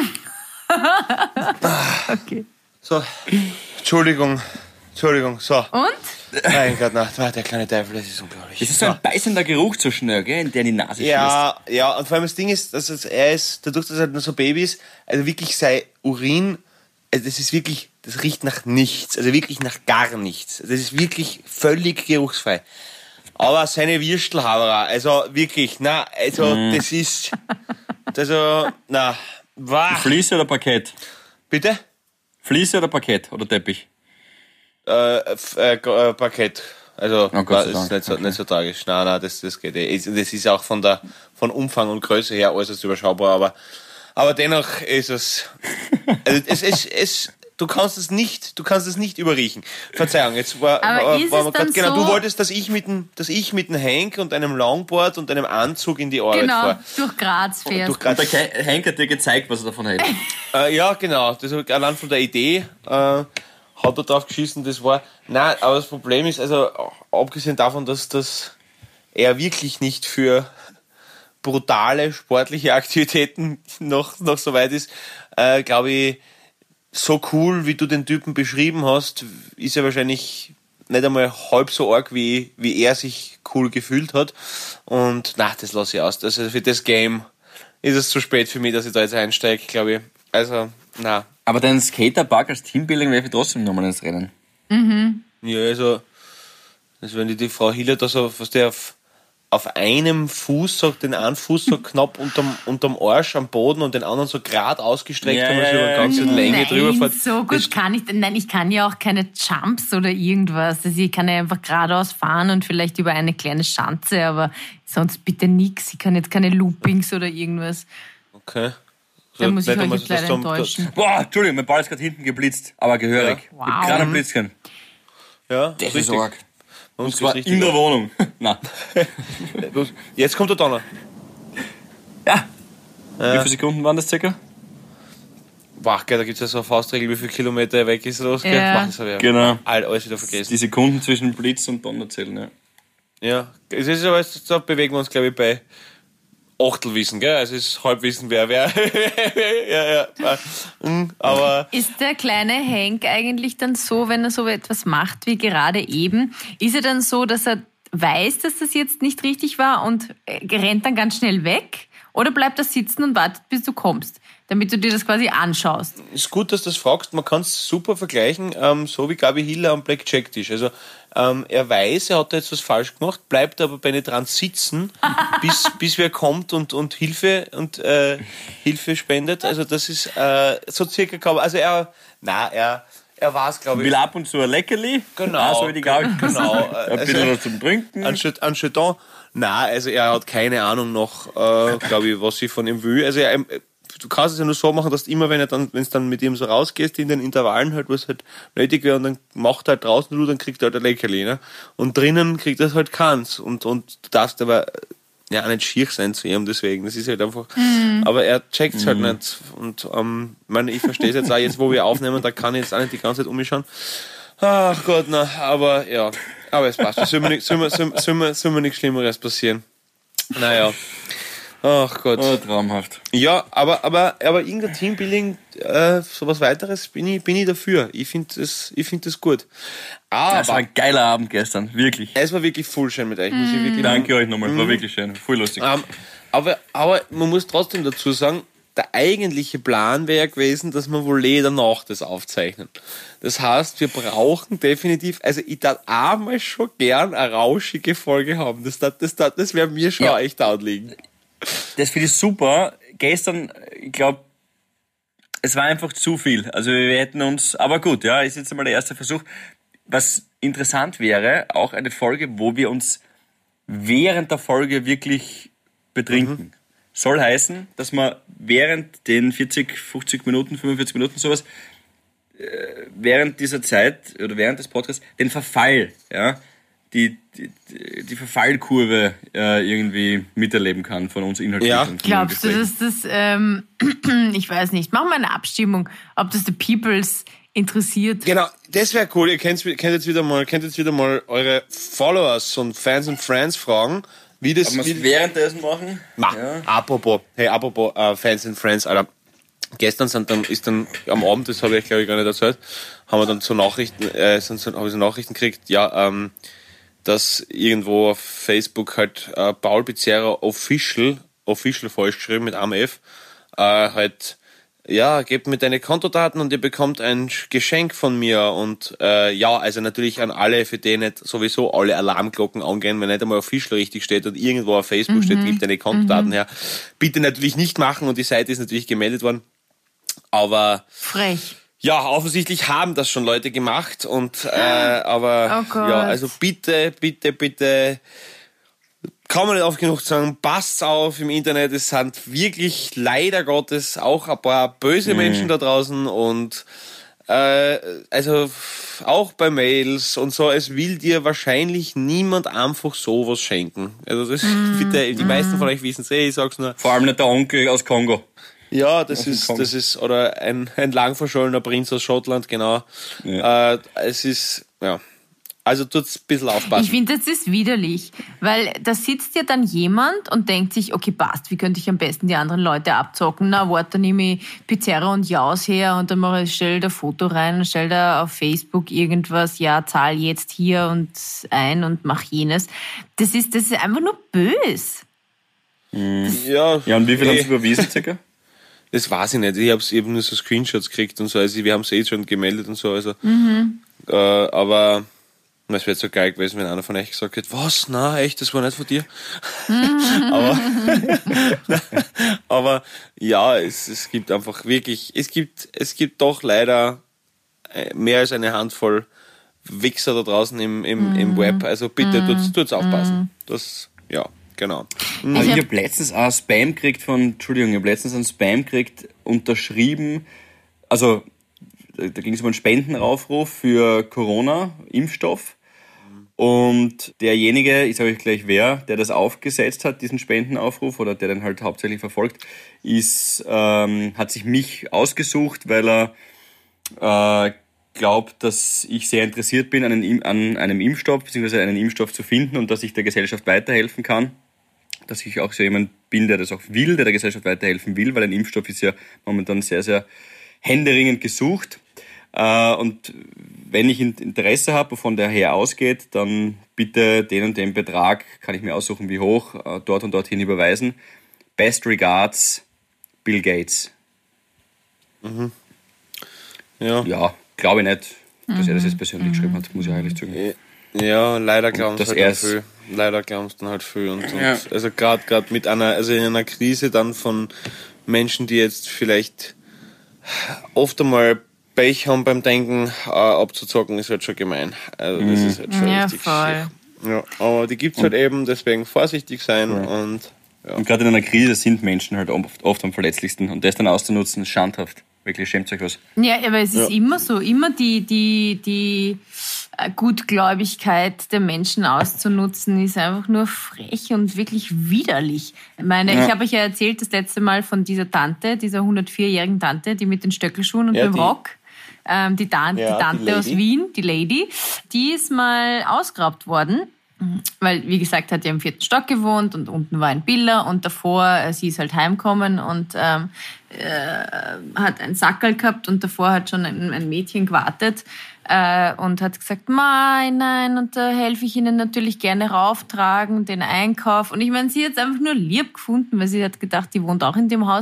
Okay. So, Entschuldigung, so. Und? Mein Gott, der kleine Teufel, das ist unglaublich. Das ist so ein beißender Geruch so schnell, gell, in der die Nase schießt. Ja, und vor allem das Ding ist, dass er ist, dadurch, dass er halt nur so Baby ist, also wirklich sein Urin, also das ist wirklich, das riecht nach nichts, also wirklich nach gar nichts. Das ist wirklich völlig geruchsfrei. Aber seine Würstelhaberer, also wirklich, das ist, Fliese oder Parkett? Bitte? Fliese oder Parkett oder Teppich? Parkett. Also, Oh Gott sei das ist Dank. nicht so tragisch. Nein, das geht eh. Das ist auch von Umfang und Größe her äußerst überschaubar, aber dennoch ist es, also du kannst es nicht überriechen. Verzeihung, jetzt war wir gerade, genau, so? Du wolltest, dass ich mit dem Hank und einem Longboard und einem Anzug in die Arbeit fahre. Durch Graz fährst. Und der Henk hat dir gezeigt, was er davon hält. Ja, genau. Das allein von der Idee hat er drauf geschissen, das war. Nein, aber das Problem ist, also abgesehen davon, dass er wirklich nicht für brutale sportliche Aktivitäten noch so weit ist, glaube ich, so cool, wie du den Typen beschrieben hast, ist er wahrscheinlich nicht einmal halb so arg, wie er sich cool gefühlt hat. Und das lasse ich aus. Also für das Game ist es zu spät für mich, dass ich da jetzt einsteige, glaube ich. Also, Aber deinen Skaterpark als Teambuilding wäre ich trotzdem nochmal ins Rennen. Ja, also wenn die Frau Hiller da so, was der auf einem Fuß sagt, den einen Fuß so knapp unterm Arsch am Boden und den anderen so gerade ausgestreckt haben, also über eine ganze Länge drüber fährt. So gut kann ich. Nein, ich kann ja auch keine Jumps oder irgendwas. Also ich kann ja einfach geradeaus fahren und vielleicht über eine kleine Schanze, aber sonst bitte nix. Ich kann jetzt keine Loopings oder irgendwas. Okay. Da muss ich euch einmal jetzt leider enttäuschen. Boah, Entschuldigung, mein Ball ist gerade hinten geblitzt, aber gehörig. Ja. Wow. Ich hab gerade ein Blitzchen. Ja, Das ist richtig. arg. Und Und zwar in der Wohnung. Nein. Jetzt kommt der Donner. Ja. Wie viele Sekunden waren das circa? Wach, da gibt es ja so eine Faustregel, wie viele Kilometer er weg ist los. Ja. Das habe ich Genau. alles wieder vergessen. Die Sekunden zwischen Blitz und Donner zählen, ja. Ja, es ist aber, da bewegen wir uns, glaube ich, bei Achtelwissen, gell? Also es ist Halbwissen, wer. ja. Aber Ist der kleine Hank eigentlich dann so, wenn er so etwas macht wie gerade eben, ist er dann so, dass er weiß, dass das jetzt nicht richtig war und rennt dann ganz schnell weg? Oder bleibt er sitzen und wartet, bis du kommst, damit du dir das quasi anschaust? ist gut, dass du das fragst. Man kann es super vergleichen, so wie Gabi Hiller am Blackjack-Tisch. Also er weiß, er hat da jetzt was falsch gemacht, bleibt aber penetrant sitzen, bis wer kommt und Hilfe spendet. Also das ist so circa, also er war es, glaube ich. Will ab und zu ein Leckerli. Genau. So wie die Gabi. Genau. Ein bisschen was zum Trinken. Ein Jeton. Nein, also er hat keine Ahnung noch, glaube ich, was ich von ihm will. Also du kannst es ja nur so machen, dass immer, wenn es dann mit ihm so rausgehst, in den Intervallen halt, was halt nötig wäre, und dann macht er halt draußen du, dann kriegt er halt ein Leckerli, ne? Und drinnen kriegt er halt keins. Und du darfst aber ja auch nicht schier sein zu ihm, deswegen. Das ist halt einfach, aber er checkt's halt nicht. Und ich verstehe es jetzt auch, jetzt wo wir aufnehmen, da kann ich jetzt auch nicht die ganze Zeit um mich schauen. Ach Gott, na, aber ja. Aber es passt. Soll mir nichts Schlimmeres passieren. Naja. Ach Gott. Oh, traumhaft. Ja, aber irgendein Teambuilding, sowas weiteres bin ich dafür. Ich finde das gut. Das war Aber ein geiler Abend gestern, wirklich. es war wirklich voll schön mit euch, muss ich wirklich Danke euch nochmal, war wirklich schön, voll lustig. aber man muss trotzdem dazu sagen, der eigentliche Plan wäre gewesen, dass wir wohl danach das aufzeichnen. Das heißt, wir brauchen definitiv, also ich darf einmal schon gern eine rauschige Folge haben. Das wäre mir schon echt anliegen. Das finde ich super. Gestern, ich glaube, es war einfach zu viel. Also wir hätten uns, aber gut, ja, ist jetzt einmal der erste Versuch. Was interessant wäre, auch eine Folge, wo wir uns während der Folge wirklich betrinken. Soll heißen, dass man während den 40, 50 Minuten, 45 Minuten sowas, während dieser Zeit oder während des Podcasts den Verfall, ja, die Verfallkurve irgendwie miterleben kann von uns inhaltlich. Ja. Und von Glaubst du, Gesprächen. dass das, ich weiß nicht, machen wir eine Abstimmung, ob das die Peoples interessiert? Genau, das wäre cool. Ihr könnt jetzt wieder mal eure Followers und Fans und Friends fragen, wie das... Ob wir es währenddessen machen? Ja. Apropos Fans and Friends, Alter. Gestern ist dann am Abend, das habe ich glaube ich gar nicht erzählt, haben wir dann so Nachrichten, habe ich so Nachrichten gekriegt, dass irgendwo auf Facebook halt Paul Pizzerra Official falsch geschrieben mit einem F, gebt mir deine Kontodaten und ihr bekommt ein Geschenk von mir und also natürlich an alle, für die nicht sowieso alle Alarmglocken angehen, wenn nicht einmal Official richtig steht und irgendwo auf Facebook steht, gib deine Kontodaten her. Bitte natürlich nicht machen und die Seite ist natürlich gemeldet worden, aber... Frech. Ja, offensichtlich haben das schon Leute gemacht und Oh Gott. also bitte, kann man nicht oft genug sagen, passt auf im Internet, es sind wirklich leider Gottes auch ein paar böse Menschen da draußen und also auch bei Mails und so, es will dir wahrscheinlich niemand einfach sowas schenken. Also das bitte, die meisten von euch wissen es ich sag's nur. Vor allem nicht der Onkel aus Kongo. Ja, das ist, oder ein lang verschollener Prinz aus Schottland, genau. Ja. Es ist, also tut's ein bisschen aufpassen. Ich finde, das ist widerlich, weil da sitzt ja dann jemand und denkt sich, okay, passt, wie könnte ich am besten die anderen Leute abzocken? Na, warte, dann nehme ich Pizzerra und Jaus her und dann stell da Foto rein und stell da auf Facebook irgendwas, zahl jetzt hier und ein und mach jenes. Das ist einfach nur bös. Ja, und wie viel haben Sie überwiesen, circa? Das weiß ich nicht. Ich habe eben nur so Screenshots gekriegt und so. Also wir haben es schon gemeldet und so. Also, aber es wäre so geil gewesen, wenn einer von euch gesagt hätte, was? Na, echt, das war nicht von dir. aber es gibt einfach wirklich, es gibt doch leider mehr als eine Handvoll Wichser da draußen im Web. Also bitte tut's aufpassen. Das, genau. Ich habe letztens einen Spam gekriegt unterschrieben, also da ging es um einen Spendenaufruf für Corona-Impfstoff und derjenige, ich sage euch gleich wer, der das aufgesetzt hat, diesen Spendenaufruf oder der den halt hauptsächlich verfolgt, hat sich mich ausgesucht, weil er glaubt, dass ich sehr interessiert bin an einem Impfstoff, beziehungsweise einen Impfstoff zu finden und dass ich der Gesellschaft weiterhelfen kann. Dass ich auch so jemand bin, der das auch will, der Gesellschaft weiterhelfen will, weil ein Impfstoff ist ja momentan sehr, sehr händeringend gesucht. Und wenn ich Interesse habe, wovon der Herr ausgeht, dann bitte den und den Betrag, kann ich mir aussuchen, wie hoch, dort und dorthin überweisen. Best regards, Bill Gates. Ja, glaube ich nicht, dass er das jetzt persönlich geschrieben hat, muss ich ehrlich zugeben. Ja, leider glauben das sie halt viel. Leider glauben sie dann halt viel. Und also gerade mit in einer Krise dann von Menschen, die jetzt vielleicht oft einmal Pech haben beim Denken, abzuzocken, ist halt schon gemein. Also das ist halt schon richtig voll. schief. Ja, aber die gibt's halt eben, deswegen vorsichtig sein und Und gerade in einer Krise sind Menschen halt oft am verletzlichsten und das dann auszunutzen, ist schandhaft. Wirklich, schämt euch was. Ja, aber es ist immer so, immer die Gutgläubigkeit der Menschen auszunutzen, ist einfach nur frech und wirklich widerlich. Ich meine, ich habe euch ja erzählt das letzte Mal von dieser Tante, dieser 104-jährigen Tante, die mit den Stöckelschuhen und dem Rock, die Tante aus Wien, die Lady, die ist mal ausgeraubt worden. Weil, wie gesagt, hat ja im 4. Stock gewohnt und unten war ein Biller und davor, sie ist halt heimgekommen und hat einen Sackerl gehabt und davor hat schon ein Mädchen gewartet und hat gesagt, nein, und da helfe ich ihnen natürlich gerne rauftragen, den Einkauf. Und ich meine, sie hat es einfach nur lieb gefunden, weil sie hat gedacht, die wohnt auch in dem Haus. Und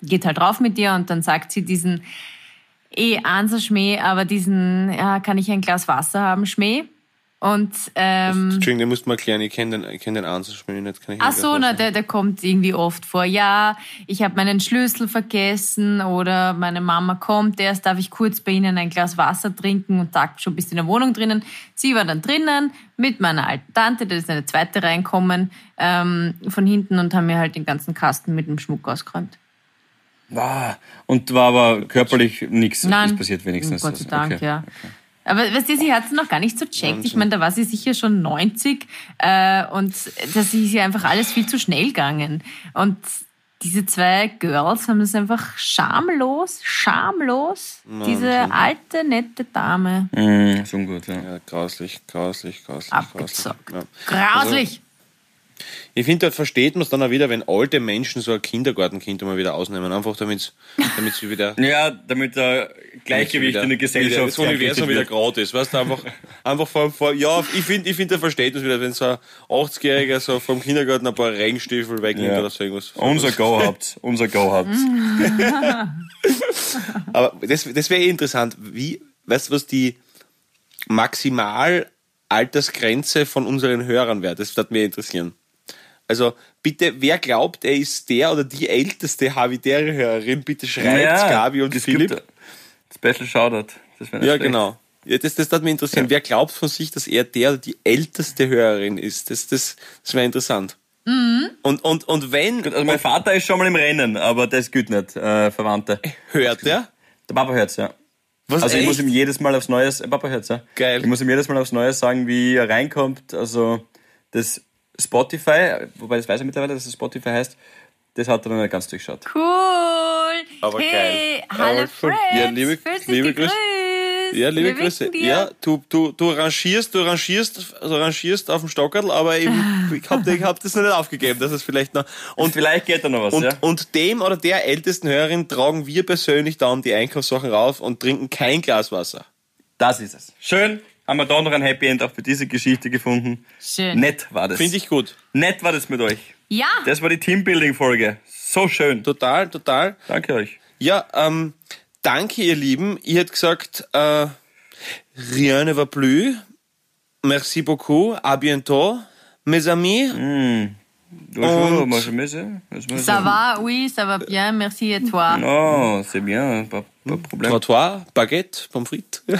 geht halt rauf mit ihr und dann sagt sie diesen Anser-Schmäh, aber diesen, ja, kann ich ein Glas Wasser haben, Schmäh? Und, Entschuldigung, den musst du mal erklären, ich kenn den Anser-Schmäh nicht. Ach so, der kommt irgendwie oft vor. Ja, ich habe meinen Schlüssel vergessen oder meine Mama kommt erst, darf ich kurz bei Ihnen ein Glas Wasser trinken und sagt schon bist in der Wohnung drinnen. Sie war dann drinnen mit meiner alten Tante, da ist eine zweite reinkommen von hinten und haben mir halt den ganzen Kasten mit dem Schmuck ausgeräumt. Und war aber körperlich nichts. Nein, ist passiert wenigstens. Gott sei Dank, ja. Aber weißt du, sie hat es noch gar nicht so checkt. Ich meine, da war sie sicher schon 90 und das ist ja einfach alles viel zu schnell gegangen. Und diese zwei Girls haben das einfach schamlos, diese alte, nette Dame. So gut, ja. Ja, grauslich. Abgezockt. Ja. Grauslich. Ich finde, dort versteht man es dann auch wieder, wenn alte Menschen so ein Kindergartenkind mal wieder ausnehmen. Einfach damit sie wieder... Ja, damit der Gleichgewicht in der Gesellschaft... Das Universum wieder gerade ist. Weißt du, einfach vor ja, ich finde, da versteht man es wieder, wenn so ein 80-Jähriger so vom Kindergarten ein paar Regenstiefel wegnimmt oder so irgendwas. Unser Go habt. Aber das wäre interessant. Weißt du, was die Maximalaltersgrenze von unseren Hörern wäre? Das würde mich interessieren. Also bitte, wer glaubt, er ist der oder die älteste Havidere-Hörerin, bitte schreibt Gabi und Philipp. Special Shoutout. Das wäre ja, genau. Ja, das würde mich interessieren. Ja. Wer glaubt von sich, dass er der oder die älteste Hörerin ist? Das wäre interessant. Mhm. Und wenn... Also mein Vater ist schon mal im Rennen, aber das gilt nicht. Verwandte. Hört er? Der Papa hört's, ja. Was, also echt? Ich muss ihm jedes Mal aufs Neue... Papa hört's, ja. Geil. Ich muss ihm jedes Mal aufs Neue sagen, wie er reinkommt. Also das Spotify, wobei das weiß er mittlerweile, dass es Spotify heißt, das hat er noch nicht ganz durchschaut. Cool. Aber hey, geil. Hallo Friends. Ja, liebe Grüße. Ja, liebe Grüße. Ja, du rangierst auf dem Stockerl, aber ich hab das noch nicht aufgegeben, dass es vielleicht noch... Und vielleicht geht da noch was, Und dem oder der ältesten Hörerin tragen wir persönlich dann die Einkaufssachen rauf und trinken kein Glas Wasser. Das ist es. Schön. Haben wir da noch ein Happy End auch für diese Geschichte gefunden. Schön. Nett war das. Finde ich gut. Nett war das mit euch. Ja. Das war die Teambuilding-Folge. So schön. Total. Danke euch. Ja, danke ihr Lieben. Ihr hättet gesagt, rien ne va plus. Merci beaucoup. À bientôt. Mes amis. Ça va, oui, ça va bien, merci et toi. Non, c'est bien, pas Problem. Trottoir, Baguette, Pommes frites. Das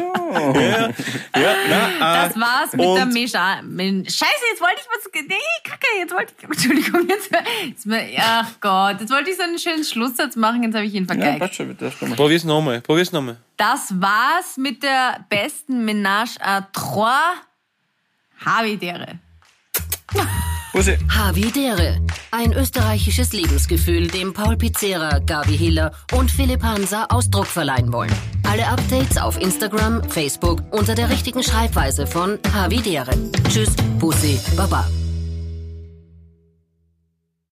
war's mit der Scheiße, jetzt wollte ich was... Nee, Kacke, Entschuldigung, ach Gott, jetzt wollte ich so einen schönen Schlusssatz machen, jetzt habe ich ihn vergeigt. Probier's nochmal. Das war's mit der besten Ménage à trois Havidere. Havidere, ein österreichisches Lebensgefühl, dem Paul Pizzera, Gabi Hiller und Philipp Hanser Ausdruck verleihen wollen. Alle Updates auf Instagram, Facebook unter der richtigen Schreibweise von Havidere. Tschüss, Bussi, Baba.